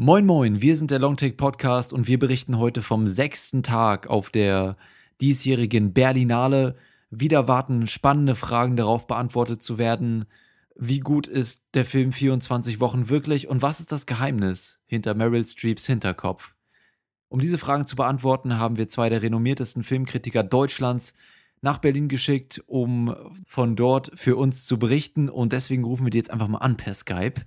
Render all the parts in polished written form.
Moin Moin, wir sind der Longtake Podcast und wir berichten heute vom 6. Tag auf der diesjährigen Berlinale. Wieder warten spannende Fragen darauf beantwortet zu werden. Wie gut ist der Film 24 Wochen wirklich und was ist das Geheimnis hinter Meryl Streeps Hinterkopf? Um diese Fragen zu beantworten, haben wir zwei der renommiertesten Filmkritiker Deutschlands nach Berlin geschickt, um von dort für uns zu berichten, und deswegen rufen wir die jetzt einfach mal an per Skype.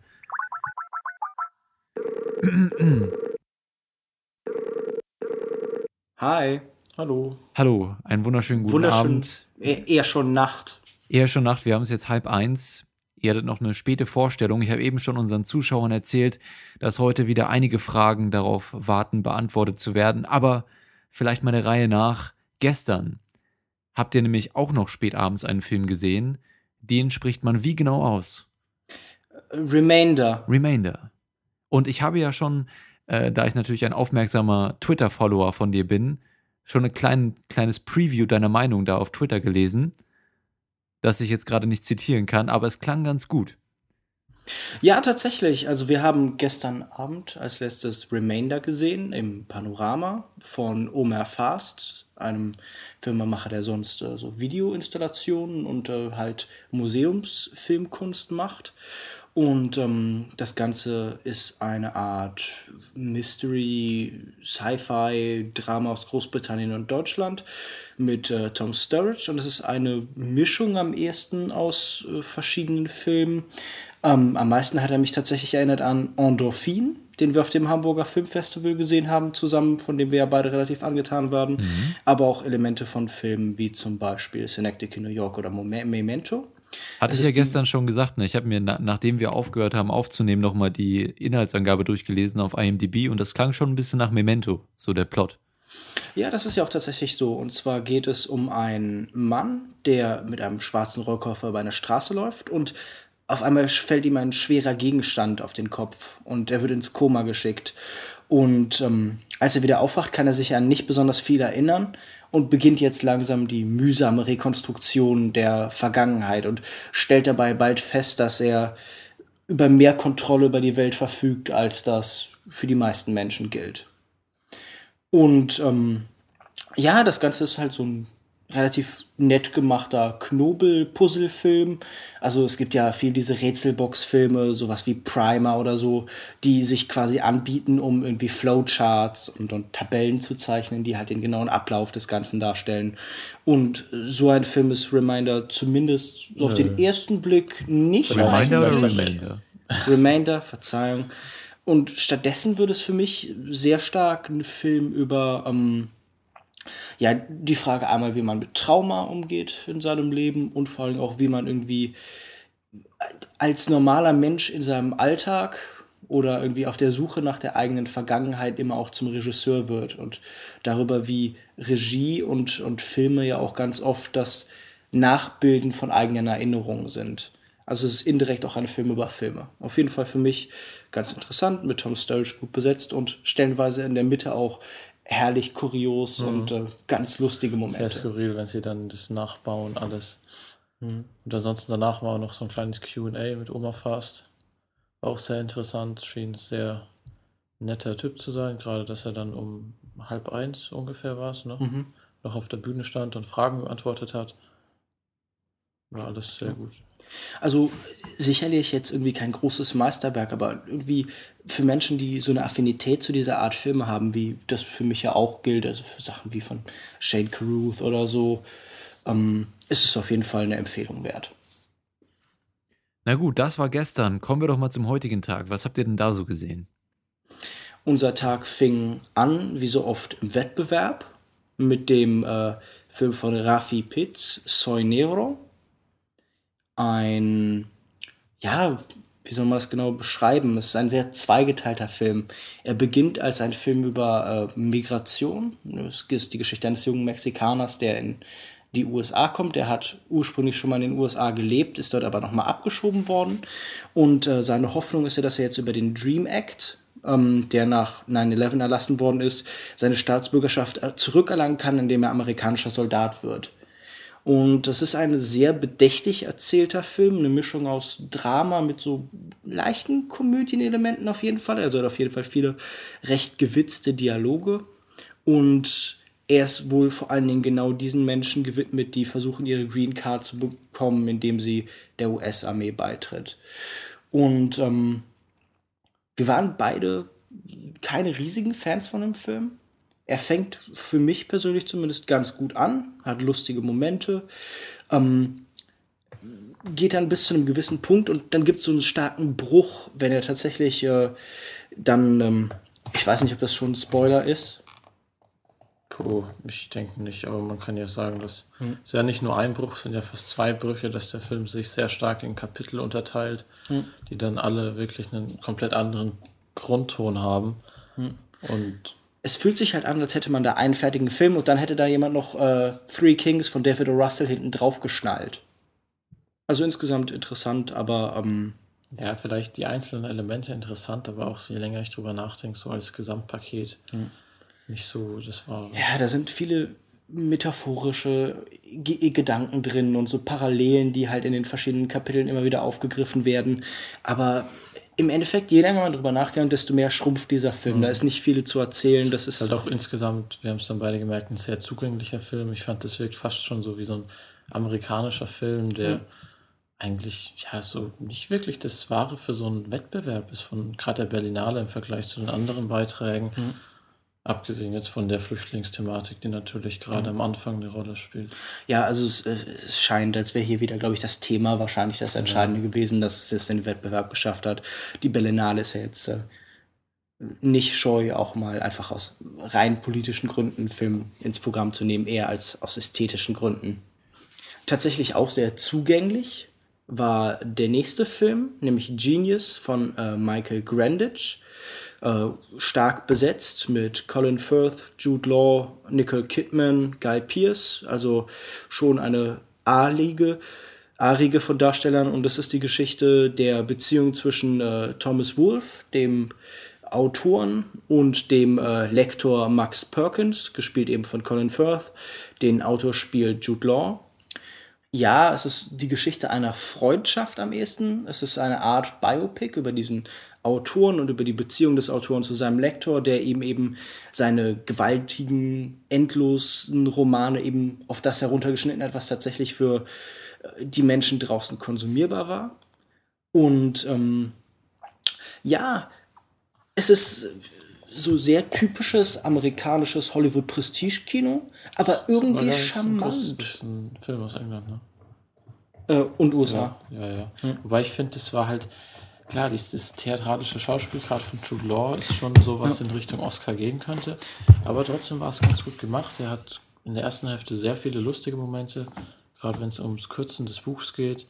Hi, hallo. Hallo, einen wunderschönen guten Abend. Eher schon Nacht. Eher schon Nacht, wir haben es jetzt 12:30. Ihr hattet noch eine späte Vorstellung. Ich habe eben schon unseren Zuschauern erzählt, dass heute wieder einige Fragen darauf warten, beantwortet zu werden. Aber vielleicht mal der Reihe nach. Gestern habt ihr nämlich auch noch spät abends einen Film gesehen. Den spricht man wie genau aus? Remainder. Und ich habe ja schon, da ich natürlich ein aufmerksamer Twitter-Follower von dir bin, schon ein kleines Preview deiner Meinung da auf Twitter gelesen, das ich jetzt gerade nicht zitieren kann, aber es klang ganz gut. Ja, tatsächlich. Also wir haben gestern Abend als letztes Remainder gesehen im Panorama von Omer Fast, einem Filmemacher, der sonst so Videoinstallationen und halt Museumsfilmkunst macht. Und das Ganze ist eine Art Mystery, Sci-Fi, Drama aus Großbritannien und Deutschland mit Tom Sturridge. Und es ist eine Mischung am ehesten aus verschiedenen Filmen. Am meisten hat er mich tatsächlich erinnert an Endorphin, den wir auf dem Hamburger Filmfestival gesehen haben, zusammen, von dem wir ja beide relativ angetan waren. Aber auch Elemente von Filmen wie zum Beispiel Synecdoche, New York oder Memento. Hatte ich ja gestern schon gesagt, ne? Ich habe mir, nachdem wir aufgehört haben aufzunehmen, nochmal die Inhaltsangabe durchgelesen auf IMDb und das klang schon ein bisschen nach Memento, so der Plot. Ja, das ist ja auch tatsächlich so. Und zwar geht es um einen Mann, der mit einem schwarzen Rollkoffer über eine Straße läuft und auf einmal fällt ihm ein schwerer Gegenstand auf den Kopf und er wird ins Koma geschickt. Und als er wieder aufwacht, kann er sich an nicht besonders viel erinnern und beginnt jetzt langsam die mühsame Rekonstruktion der Vergangenheit und stellt dabei bald fest, dass er über mehr Kontrolle über die Welt verfügt, als das für die meisten Menschen gilt. Und ja, das Ganze ist halt so ein relativ nett gemachter Knobel-Puzzle-Film. Also es gibt ja viel diese Rätselbox-Filme, sowas wie Primer oder so, die sich quasi anbieten, um irgendwie Flowcharts und Tabellen zu zeichnen, die halt den genauen Ablauf des Ganzen darstellen. Und so ein Film ist Remainder zumindest so auf den ersten Blick nicht. Remainder, Verzeihung. Und stattdessen wird es für mich sehr stark ein Film über ja, die Frage einmal, wie man mit Trauma umgeht in seinem Leben und vor allem auch, wie man irgendwie als normaler Mensch in seinem Alltag oder irgendwie auf der Suche nach der eigenen Vergangenheit immer auch zum Regisseur wird und darüber, wie Regie und Filme ja auch ganz oft das Nachbilden von eigenen Erinnerungen sind. Also es ist indirekt auch ein Film über Filme. Auf jeden Fall für mich ganz interessant, mit Tom Sturridge gut besetzt und stellenweise in der Mitte auch herrlich kurios und ganz lustige Momente. Sehr skurril, wenn sie dann das nachbauen, alles. Und ansonsten danach war auch noch so ein kleines Q&A mit Omer Fast. War auch sehr interessant, schien ein sehr netter Typ zu sein, gerade dass er dann um 12:30 ungefähr war es, ne? Noch auf der Bühne stand und Fragen beantwortet hat. War alles sehr gut. Also sicherlich jetzt irgendwie kein großes Meisterwerk, aber irgendwie für Menschen, die so eine Affinität zu dieser Art Filme haben, wie das für mich ja auch gilt, also für Sachen wie von Shane Carruth oder so, ist es auf jeden Fall eine Empfehlung wert. Na gut, das war gestern. Kommen wir doch mal zum heutigen Tag. Was habt ihr denn da so gesehen? Unser Tag fing an, wie so oft, im Wettbewerb mit dem Film von Rafi Pitts, Soy Negro. Ein, ja, wie soll man das genau beschreiben? Es ist ein sehr zweigeteilter Film. Er beginnt als ein Film über Migration. Es ist die Geschichte eines jungen Mexikaners, der in die USA kommt. Der hat ursprünglich schon mal in den USA gelebt, ist dort aber nochmal abgeschoben worden. Und seine Hoffnung ist ja, dass er jetzt über den Dream Act, der nach 9/11 erlassen worden ist, seine Staatsbürgerschaft zurückerlangen kann, indem er amerikanischer Soldat wird. Und das ist ein sehr bedächtig erzählter Film, eine Mischung aus Drama mit so leichten Komödienelementen auf jeden Fall. Also er hat auf jeden Fall viele recht gewitzte Dialoge. Und er ist wohl vor allen Dingen genau diesen Menschen gewidmet, die versuchen, ihre Green Card zu bekommen, indem sie der US-Armee beitritt. Und wir waren beide keine riesigen Fans von dem Film. Er fängt für mich persönlich zumindest ganz gut an, hat lustige Momente, geht dann bis zu einem gewissen Punkt und dann gibt es so einen starken Bruch, wenn er tatsächlich ich weiß nicht, ob das schon ein Spoiler ist. Puh, ich denke nicht, aber man kann ja sagen, dass es ja nicht nur ein Bruch, es sind ja fast 2 Brüche, dass der Film sich sehr stark in Kapitel unterteilt, die dann alle wirklich einen komplett anderen Grundton haben. Und Es fühlt sich halt an, als hätte man da einen fertigen Film und dann hätte da jemand noch Three Kings von David O. Russell hinten drauf geschnallt. Also insgesamt interessant, aber ja, vielleicht die einzelnen Elemente interessant, aber auch je länger ich drüber nachdenke, so als Gesamtpaket nicht so, das war... ja, da sind viele metaphorische Gedanken drin und so Parallelen, die halt in den verschiedenen Kapiteln immer wieder aufgegriffen werden. Aber im Endeffekt, je länger man drüber nachdenkt, desto mehr schrumpft dieser Film. Da ist nicht viel zu erzählen. Das ist halt auch insgesamt, wir haben es dann beide gemerkt, ein sehr zugänglicher Film. Ich fand, das wirkt fast schon so wie so ein amerikanischer Film, der eigentlich ja so nicht wirklich das Wahre für so einen Wettbewerb ist, von gerade der Berlinale im Vergleich zu den anderen Beiträgen. Abgesehen jetzt von der Flüchtlingsthematik, die natürlich gerade am Anfang eine Rolle spielt. Ja, also es scheint, als wäre hier wieder, glaube ich, das Thema wahrscheinlich das Entscheidende gewesen, dass es jetzt den Wettbewerb geschafft hat. Die Berlinale ist ja jetzt nicht scheu, auch mal einfach aus rein politischen Gründen einen Film ins Programm zu nehmen, eher als aus ästhetischen Gründen. Tatsächlich auch sehr zugänglich war der nächste Film, nämlich Genius von Michael Grandage. Stark besetzt mit Colin Firth, Jude Law, Nicole Kidman, Guy Pearce, also schon eine A-Riege von Darstellern und das ist die Geschichte der Beziehung zwischen Thomas Wolfe, dem Autoren, und dem Lektor Max Perkins, gespielt eben von Colin Firth. Den Autor spielt Jude Law. Ja, es ist die Geschichte einer Freundschaft am ehesten. Es ist eine Art Biopic über diesen Autoren und über die Beziehung des Autoren zu seinem Lektor, der ihm eben seine gewaltigen, endlosen Romane eben auf das heruntergeschnitten hat, was tatsächlich für die Menschen draußen konsumierbar war. Und ja, es ist so sehr typisches amerikanisches Hollywood-Prestige-Kino, aber irgendwie charmant. Das ist ein Film aus England, ne? Und USA. Ja. Wobei ich finde, das war halt, klar, dieses theatralische Schauspiel gerade von Jude Law ist schon so, was in Richtung Oscar gehen könnte. Aber trotzdem war es ganz gut gemacht. Er hat in der ersten Hälfte sehr viele lustige Momente, gerade wenn es ums Kürzen des Buchs geht.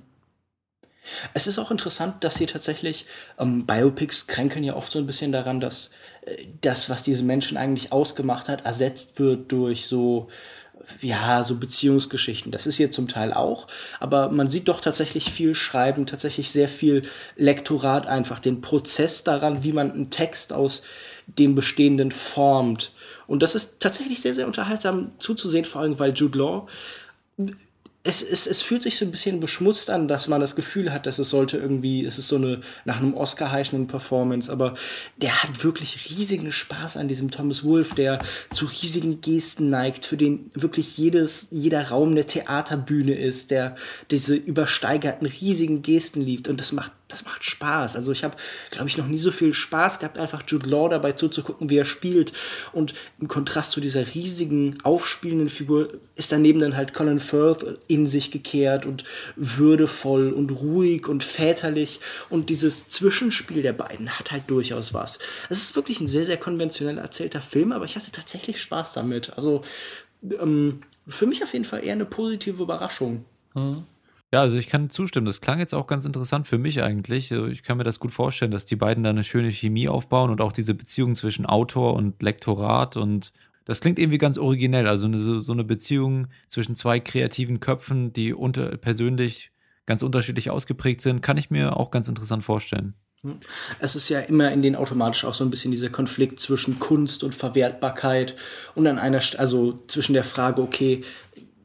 Es ist auch interessant, dass hier tatsächlich Biopics kränkeln ja oft so ein bisschen daran, dass das, was diese Menschen eigentlich ausgemacht hat, ersetzt wird durch so Beziehungsgeschichten. Das ist hier zum Teil auch, aber man sieht doch tatsächlich viel Schreiben, tatsächlich sehr viel Lektorat einfach, den Prozess daran, wie man einen Text aus dem Bestehenden formt. Und das ist tatsächlich sehr, sehr unterhaltsam zuzusehen, vor allem weil Jude Law es fühlt sich so ein bisschen beschmutzt an, dass man das Gefühl hat, dass es ist so eine nach einem Oscar heischenden Performance, aber der hat wirklich riesigen Spaß an diesem Thomas Wolfe, der zu riesigen Gesten neigt, für den wirklich jeder Raum eine Theaterbühne ist, der diese übersteigerten riesigen Gesten liebt und das macht Spaß. Also ich habe, glaube ich, noch nie so viel Spaß gehabt, einfach Jude Law dabei zuzugucken, wie er spielt. Und im Kontrast zu dieser riesigen, aufspielenden Figur ist daneben dann halt Colin Firth in sich gekehrt und würdevoll und ruhig und väterlich. Und dieses Zwischenspiel der beiden hat halt durchaus was. Es ist wirklich ein sehr, sehr konventionell erzählter Film, aber ich hatte tatsächlich Spaß damit. Also für mich auf jeden Fall eher eine positive Überraschung. Ja, also ich kann zustimmen. Das klang jetzt auch ganz interessant für mich eigentlich. Ich kann mir das gut vorstellen, dass die beiden da eine schöne Chemie aufbauen und auch diese Beziehung zwischen Autor und Lektorat. Und das klingt irgendwie ganz originell. Also so eine Beziehung zwischen 2 kreativen Köpfen, die persönlich ganz unterschiedlich ausgeprägt sind, kann ich mir auch ganz interessant vorstellen. Es ist ja immer in denen automatisch auch so ein bisschen dieser Konflikt zwischen Kunst und Verwertbarkeit und an also zwischen der Frage, okay,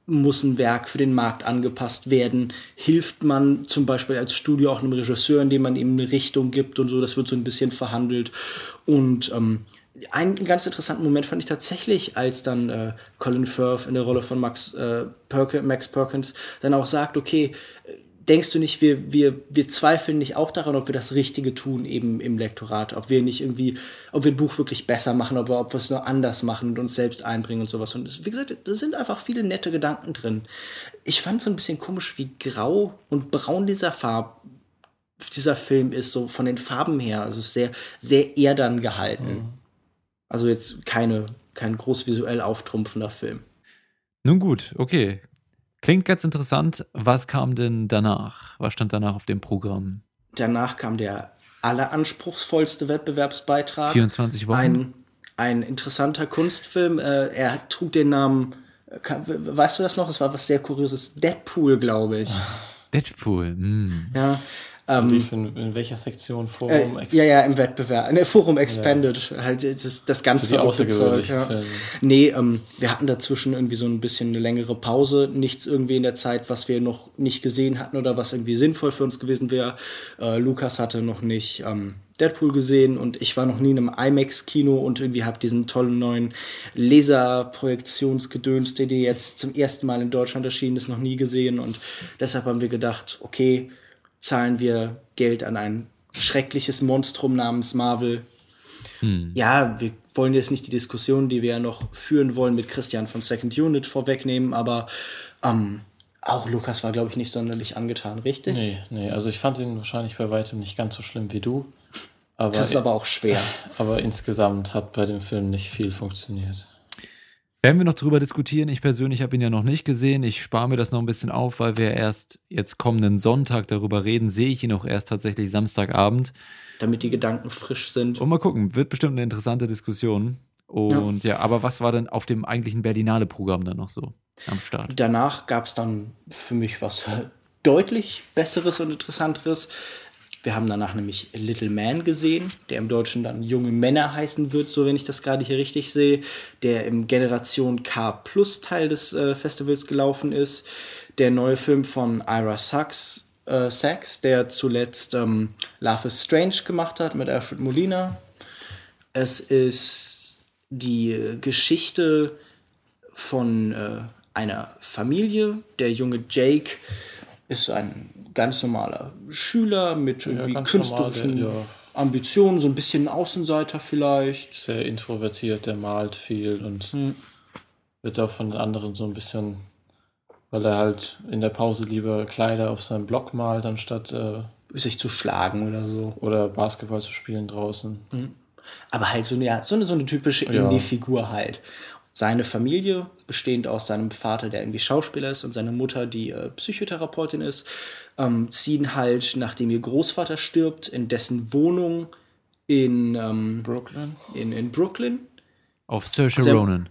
muss ein Werk für den Markt angepasst werden? Hilft man zum Beispiel als Studio auch einem Regisseur, indem man ihm eine Richtung gibt und so? Das wird so ein bisschen verhandelt. Und einen ganz interessanten Moment fand ich tatsächlich, als dann Colin Firth in der Rolle von Max Perkins dann auch sagt, okay, denkst du nicht, wir zweifeln nicht auch daran, ob wir das Richtige tun eben im Lektorat, ob wir ein Buch wirklich besser machen, ob wir es nur anders machen und uns selbst einbringen und sowas. Und wie gesagt, da sind einfach viele nette Gedanken drin. Ich fand so ein bisschen komisch, wie grau und braun dieser Film ist, so von den Farben her. Also es ist sehr, sehr erdern gehalten. Also jetzt kein groß visuell auftrumpfender Film. Nun gut, okay. Klingt ganz interessant. Was kam denn danach? Was stand danach auf dem Programm? Danach kam der alleranspruchsvollste Wettbewerbsbeitrag. 24 Wochen? Ein interessanter Kunstfilm. Er trug den Namen, weißt du das noch? Es war was sehr Kurioses. Deadpool, glaube ich. Deadpool, Ja. In welcher Sektion? Forum? Ja, im Wettbewerb. Forum Expanded, halt das ganz verrückte Zeug. Ja. Nee, wir hatten dazwischen irgendwie so ein bisschen eine längere Pause. Nichts irgendwie in der Zeit, was wir noch nicht gesehen hatten oder was irgendwie sinnvoll für uns gewesen wäre. Lukas hatte noch nicht Deadpool gesehen und ich war noch nie in einem IMAX-Kino und irgendwie habe diesen tollen neuen Laserprojektionsgedöns, der jetzt zum ersten Mal in Deutschland erschienen ist, noch nie gesehen. Und deshalb haben wir gedacht, okay, zahlen wir Geld an ein schreckliches Monstrum namens Marvel. Ja, wir wollen jetzt nicht die Diskussion, die wir ja noch führen wollen, mit Christian von Second Unit vorwegnehmen, aber auch Lukas war, glaube ich, nicht sonderlich angetan, richtig? Nee, also ich fand ihn wahrscheinlich bei weitem nicht ganz so schlimm wie du. Aber das ist aber auch schwer. Aber insgesamt hat bei dem Film nicht viel funktioniert. Werden wir noch drüber diskutieren? Ich persönlich habe ihn ja noch nicht gesehen. Ich spare mir das noch ein bisschen auf, weil wir erst jetzt kommenden Sonntag darüber reden. Sehe ich ihn auch erst tatsächlich Samstagabend. Damit die Gedanken frisch sind. Und mal gucken, wird bestimmt eine interessante Diskussion. Und ja, aber was war denn auf dem eigentlichen Berlinale-Programm dann noch so am Start? Danach gab es dann für mich was deutlich Besseres und Interessanteres. Wir haben danach nämlich Little Man gesehen, der im Deutschen dann Junge Männer heißen wird, so wenn ich das gerade hier richtig sehe, der im Generation K Plus Teil des Festivals gelaufen ist. Der neue Film von Ira Sachs, der zuletzt Love is Strange gemacht hat mit Alfred Molina. Es ist die Geschichte von einer Familie. Der junge Jake ist ein ganz normaler Schüler mit irgendwie künstlerischen Ambitionen, so ein bisschen Außenseiter vielleicht. Sehr introvertiert, der malt viel und wird auch von den anderen so ein bisschen, weil er halt in der Pause lieber Kleider auf seinem Blog malt, anstatt sich zu schlagen oder so. Oder Basketball zu spielen draußen. Aber halt so eine typische Indie-Figur halt. Seine Familie, bestehend aus seinem Vater, der irgendwie Schauspieler ist, und seiner Mutter, die Psychotherapeutin ist, ziehen halt, nachdem ihr Großvater stirbt, in dessen Wohnung in Brooklyn. In Brooklyn. Auf Saoirse Ronan.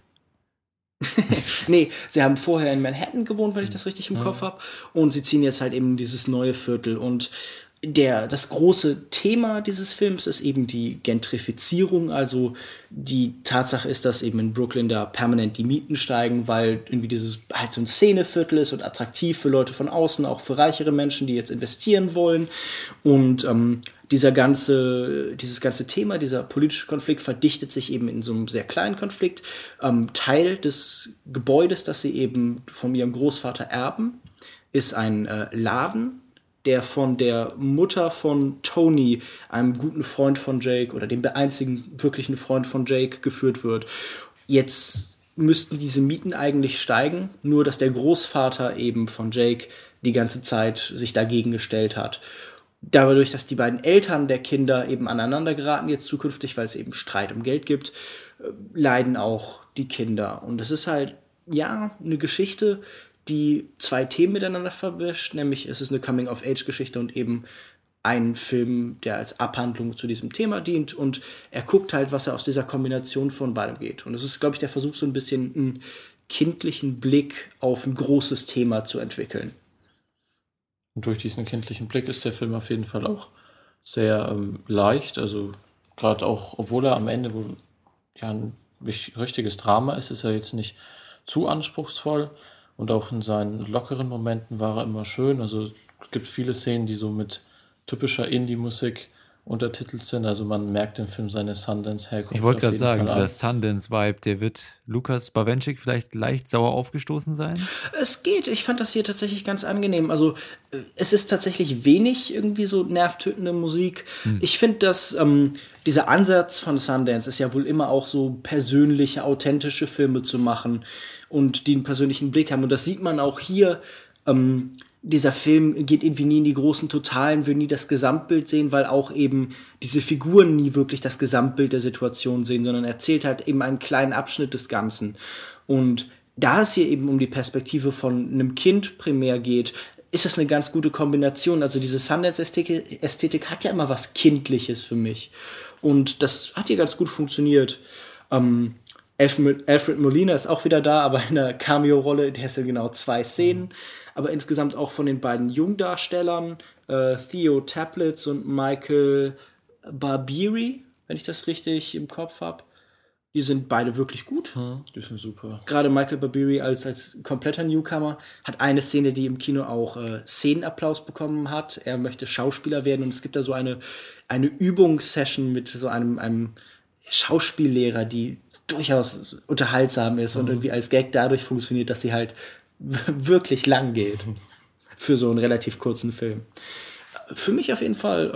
Nee, sie haben vorher in Manhattan gewohnt, wenn ich das richtig im Kopf habe. Und sie ziehen jetzt halt eben in dieses neue Viertel. Und das große Thema dieses Films ist eben die Gentrifizierung, also die Tatsache ist, dass eben in Brooklyn da permanent die Mieten steigen, weil irgendwie dieses halt so ein Szeneviertel ist und attraktiv für Leute von außen, auch für reichere Menschen, die jetzt investieren wollen. Und dieses ganze Thema, dieser politische Konflikt verdichtet sich eben in so einem sehr kleinen Konflikt. Teil des Gebäudes, das sie eben von ihrem Großvater erben, ist ein Laden, der von der Mutter von Tony, einem guten Freund von Jake oder dem einzigen wirklichen Freund von Jake, geführt wird. Jetzt müssten diese Mieten eigentlich steigen, nur dass der Großvater eben von Jake die ganze Zeit sich dagegen gestellt hat. Dadurch, dass die beiden Eltern der Kinder eben aneinander geraten jetzt zukünftig, weil es eben Streit um Geld gibt, leiden auch die Kinder. Und es ist halt, ja, eine Geschichte, die zwei Themen miteinander vermischt, nämlich es ist eine Coming-of-Age-Geschichte und eben ein Film, der als Abhandlung zu diesem Thema dient, und er guckt halt, was er aus dieser Kombination von beidem geht. Und es ist, glaube ich, der Versuch, so ein bisschen einen kindlichen Blick auf ein großes Thema zu entwickeln. Und durch diesen kindlichen Blick ist der Film auf jeden Fall auch sehr leicht, also gerade auch, obwohl er am Ende wohl ein richtiges Drama ist er jetzt nicht zu anspruchsvoll. Und auch in seinen lockeren Momenten war er immer schön. Also es gibt viele Szenen, die so mit typischer Indie-Musik untertitelt sind. Also man merkt im Film seine Sundance-Herkunft. Ich wollte auf gerade jeden sagen, Fall dieser an. Sundance-Vibe, der wird Lukas Bawenschik vielleicht leicht sauer aufgestoßen sein. Es geht, ich fand das hier tatsächlich ganz angenehm. Also, es ist tatsächlich wenig irgendwie so nervtötende Musik. Ich finde, dass dieser Ansatz von Sundance ist ja wohl immer auch so persönliche, authentische Filme zu machen und die einen persönlichen Blick haben. Und das sieht man auch hier. Dieser Film geht irgendwie nie in die großen Totalen, will nie das Gesamtbild sehen, weil auch eben diese Figuren nie wirklich das Gesamtbild der Situation sehen, sondern erzählt halt eben einen kleinen Abschnitt des Ganzen. Und da es hier eben um die Perspektive von einem Kind primär geht, ist das eine ganz gute Kombination. Also diese Sundance-Ästhetik hat ja immer was Kindliches für mich. Und das hat hier ganz gut funktioniert. Alfred Molina ist auch wieder da, aber in einer Cameo-Rolle, der ist in genau 2 Szenen. Aber insgesamt auch von den beiden Jungdarstellern, Theo Tablitz und Michael Barbieri, wenn ich das richtig im Kopf habe. Die sind beide wirklich gut. Die sind super. Gerade Michael Barbieri als kompletter Newcomer hat eine Szene, die im Kino auch Szenenapplaus bekommen hat. Er möchte Schauspieler werden und es gibt da so eine Übungssession mit so einem Schauspiellehrer, die durchaus unterhaltsam ist und irgendwie als Gag dadurch funktioniert, dass sie halt wirklich lang geht für so einen relativ kurzen Film. Für mich auf jeden Fall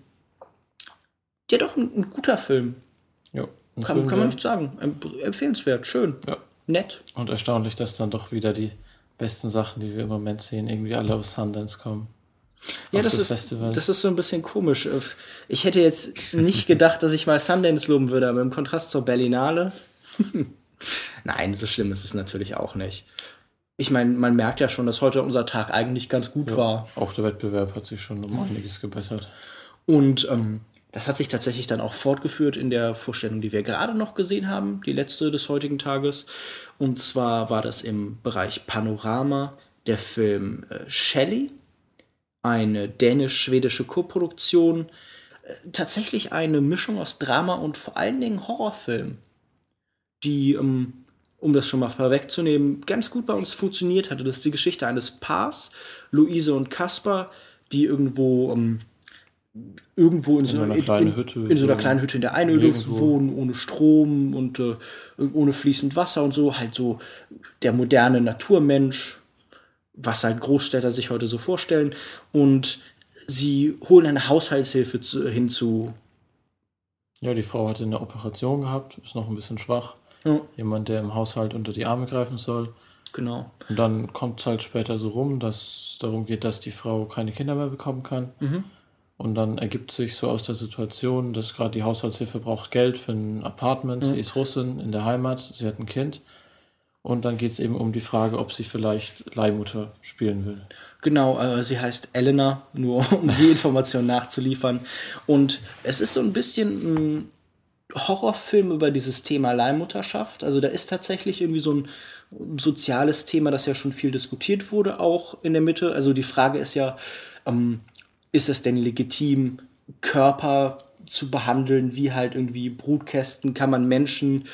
ja doch ein guter Film. Ja, Kann man nicht sagen. Empfehlenswert, schön, Ja. nett. Und erstaunlich, dass dann doch wieder die besten Sachen, die wir im Moment sehen, irgendwie alle aus Sundance kommen. Ja, Auf das Festival. ist so ein bisschen komisch. Ich hätte jetzt nicht gedacht, dass ich mal Sundance loben würde, aber im Kontrast zur Berlinale. Nein, so schlimm ist es natürlich auch nicht. Ich meine, man merkt ja schon, dass heute unser Tag eigentlich ganz gut war. Auch der Wettbewerb hat sich schon um einiges gebessert. Und das hat sich tatsächlich dann auch fortgeführt in der Vorstellung, die wir gerade noch gesehen haben, die letzte des heutigen Tages. Und zwar war das im Bereich Panorama der Film Shelley, eine dänisch-schwedische Koproduktion. Tatsächlich eine Mischung aus Drama und vor allen Dingen Horrorfilm, die, um das schon mal vorwegzunehmen, ganz gut bei uns funktioniert hatte. Das ist die Geschichte eines Paars, Luise und Kaspar, die irgendwo in so einer kleinen Hütte. In so einer kleinen Hütte in der Einöde Nirgendwo. wohnen, ohne Strom und ohne fließend Wasser und so. Halt so der moderne Naturmensch, was halt Großstädter sich heute so vorstellen. Und sie holen eine Haushaltshilfe hinzu. Ja, die Frau hatte eine Operation gehabt, ist noch ein bisschen schwach. Ja, Jemand, der im Haushalt unter die Arme greifen soll. genau. Und dann kommt es halt später so rum, dass es darum geht, dass die Frau keine Kinder mehr bekommen kann. Und dann ergibt sich so aus der Situation, dass gerade die Haushaltshilfe braucht Geld für ein Apartment. Sie ist Russin in der Heimat, sie hat ein Kind. Und dann geht es eben um die Frage, ob sie vielleicht Leihmutter spielen will. Genau, sie heißt Elena, nur um die Information nachzuliefern. Und es ist so ein bisschen ein Horrorfilm über dieses Thema Leihmutterschaft. Also da ist tatsächlich irgendwie so ein soziales Thema, das ja schon viel diskutiert wurde, auch in der Mitte. Also die Frage ist ja, ist es denn legitim, Körper zu behandeln, wie halt irgendwie Brutkästen? Kann man Menschen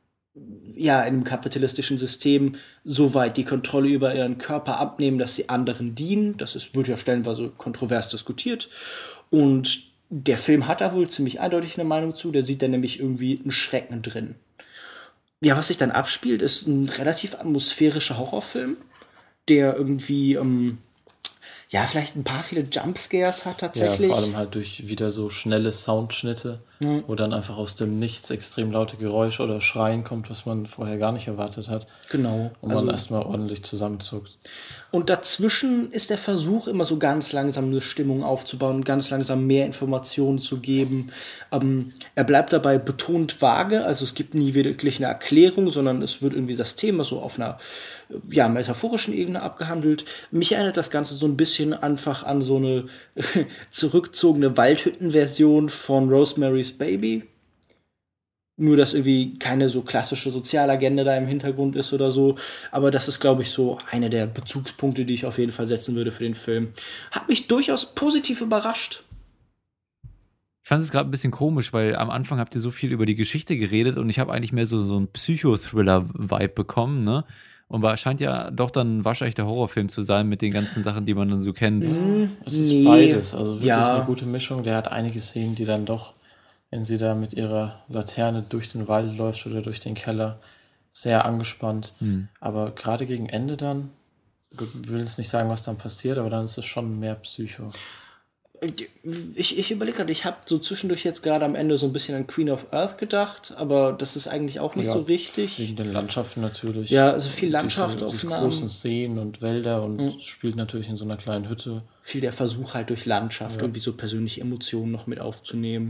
ja in einem kapitalistischen System so weit die Kontrolle über ihren Körper abnehmen, dass sie anderen dienen? Wird ja stellenweise kontrovers diskutiert. Und der Film hat da wohl ziemlich eindeutig eine Meinung zu. Der sieht da nämlich irgendwie einen Schrecken drin. Ja, was sich dann abspielt, ist ein relativ atmosphärischer Horrorfilm, der irgendwie ja, vielleicht viele Jumpscares hat tatsächlich. Ja, vor allem halt durch wieder so schnelle Soundschnitte, wo dann einfach aus dem Nichts extrem laute Geräusche oder Schreien kommt, was man vorher gar nicht erwartet hat. Genau. Und man erstmal ordentlich zusammenzuckt. Und dazwischen ist der Versuch, immer so ganz langsam eine Stimmung aufzubauen, ganz langsam mehr Informationen zu geben. Er bleibt dabei betont vage, also es gibt nie wirklich eine Erklärung, sondern es wird irgendwie das Thema so auf einer metaphorischen Ebene abgehandelt. Mich erinnert das Ganze so ein bisschen einfach an so eine zurückgezogene Waldhütten-Version von Rosemary's Baby. Nur, dass irgendwie keine so klassische Sozialagenda da im Hintergrund ist oder so. Aber das ist, glaube ich, so einer der Bezugspunkte, die ich auf jeden Fall setzen würde für den Film. Hat mich durchaus positiv überrascht. Ich fand es gerade ein bisschen komisch, weil am Anfang habt ihr so viel über die Geschichte geredet und ich habe eigentlich mehr so einen Psychothriller-Vibe bekommen, ne? Aber scheint ja doch dann ein waschechter Horrorfilm zu sein mit den ganzen Sachen, die man dann so kennt. Es ist beides, also wirklich eine gute Mischung. Der hat einige Szenen, die dann doch, wenn sie da mit ihrer Laterne durch den Wald läuft oder durch den Keller, sehr angespannt. Aber gerade gegen Ende dann, ich will jetzt nicht sagen, was dann passiert, aber dann ist es schon mehr Psycho. Ich überlege gerade, ich habe so zwischendurch jetzt gerade am Ende so ein bisschen an Queen of Earth gedacht, aber das ist eigentlich auch nicht so richtig. Wegen den Landschaften natürlich. Ja, also viel Landschaftsaufnahmen. Diese großen Seen und Wälder und spielt natürlich in so einer kleinen Hütte. Viel der Versuch halt durch Landschaft irgendwie so persönliche Emotionen noch mit aufzunehmen.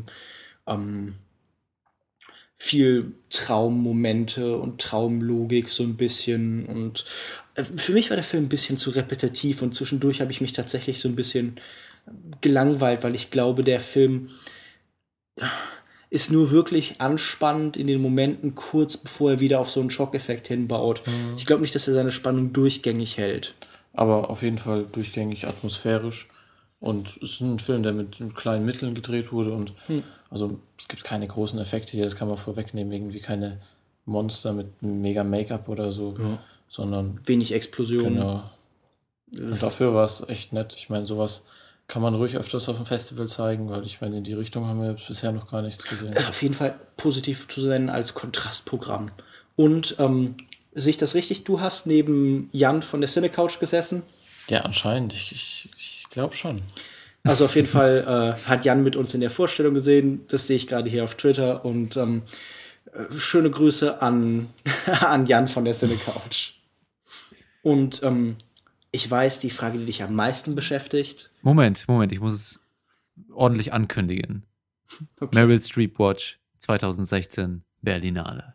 Viel Traummomente und Traumlogik so ein bisschen. Und für mich war der Film ein bisschen zu repetitiv und zwischendurch habe ich mich tatsächlich so ein bisschen gelangweilt, weil ich glaube, der Film ist nur wirklich anspannend in den Momenten kurz bevor er wieder auf so einen Schockeffekt hinbaut. Ich glaube nicht, dass er seine Spannung durchgängig hält. Aber auf jeden Fall durchgängig atmosphärisch. Und es ist ein Film, der mit kleinen Mitteln gedreht wurde. Und also es gibt keine großen Effekte hier, das kann man vorwegnehmen. Irgendwie keine Monster mit mega Make-up oder so, sondern wenig Explosionen. Genau. Und dafür war es echt nett. Ich meine, sowas kann man ruhig öfters auf dem Festival zeigen, weil ich meine, in die Richtung haben wir bisher noch gar nichts gesehen. Auf jeden Fall positiv zu nennen als Kontrastprogramm. Und sehe ich das richtig? Du hast neben Jan von der Cinecouch gesessen? Ja, anscheinend. Ich glaube schon. Also auf jeden Fall hat Jan mit uns in der Vorstellung gesehen. Das sehe ich gerade hier auf Twitter. Und schöne Grüße an Jan von der Cinecouch. Und ich weiß, die Frage, die dich am meisten beschäftigt. Moment, ich muss es ordentlich ankündigen. Okay. Meryl Streep Watch 2016 Berlinale.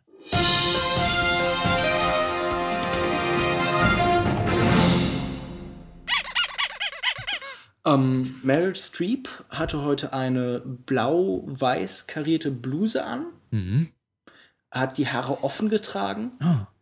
Meryl Streep hatte heute eine blau-weiß karierte Bluse an. Hat die Haare offen getragen.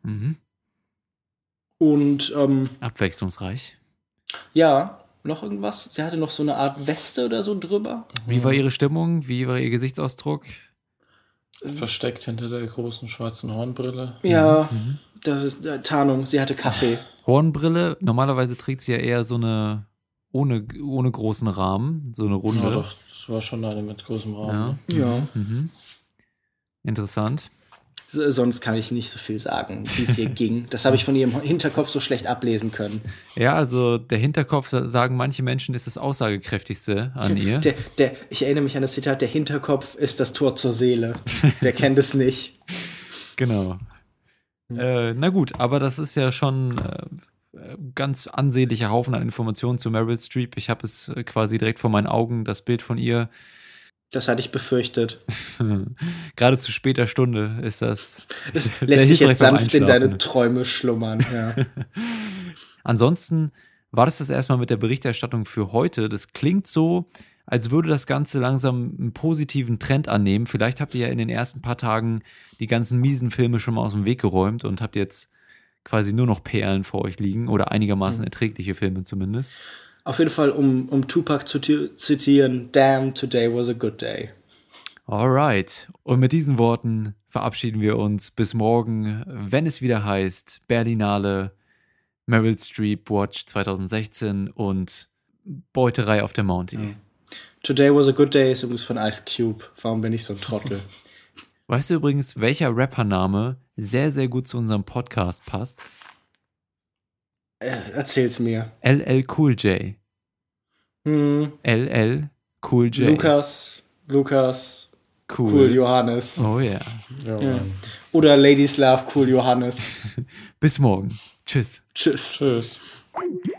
Und abwechslungsreich. Ja, noch irgendwas? Sie hatte noch so eine Art Weste oder so drüber. Wie war ihre Stimmung? Wie war ihr Gesichtsausdruck? Versteckt hinter der großen schwarzen Hornbrille. Ja, das ist Tarnung. Sie hatte Kaffee. Hornbrille, normalerweise trägt sie ja eher so eine ohne großen Rahmen, so eine runde. Ja, doch, das war schon eine mit großem Rahmen. Ja. Interessant. Sonst kann ich nicht so viel sagen, wie es hier ging. Das habe ich von ihrem Hinterkopf so schlecht ablesen können. Ja, also der Hinterkopf, sagen manche Menschen, ist das Aussagekräftigste an ihr. Ich erinnere mich an das Zitat, der Hinterkopf ist das Tor zur Seele. Wer kennt es nicht? Genau. Na gut, aber das ist ja schon ganz ansehnlicher Haufen an Informationen zu Meryl Streep. Ich habe es quasi direkt vor meinen Augen, das Bild von ihr. Das hatte ich befürchtet. Gerade zu später Stunde ist das. Es lässt sich jetzt sanft in deine Träume schlummern. Ja. Ansonsten war das erstmal mit der Berichterstattung für heute. Das klingt so, als würde das Ganze langsam einen positiven Trend annehmen. Vielleicht habt ihr ja in den ersten paar Tagen die ganzen miesen Filme schon mal aus dem Weg geräumt und habt jetzt quasi nur noch Perlen vor euch liegen oder einigermaßen erträgliche Filme zumindest. Auf jeden Fall, um Tupac zu zitieren, damn, today was a good day. Alright. Und mit diesen Worten verabschieden wir uns bis morgen, wenn es wieder heißt Berlinale, Meryl Streep Watch 2016 und Beuterei auf der Mountie. Today was a good day ist übrigens von Ice Cube. Warum bin ich so ein Trottel? Weißt du übrigens, welcher Rappername sehr, sehr gut zu unserem Podcast passt? Erzähl's mir. LL Cool J. LL Cool J. Lukas Cool Johannes. Oh yeah. Ja. Oder Ladies Love Cool Johannes. Bis morgen. Tschüss. Tschüss.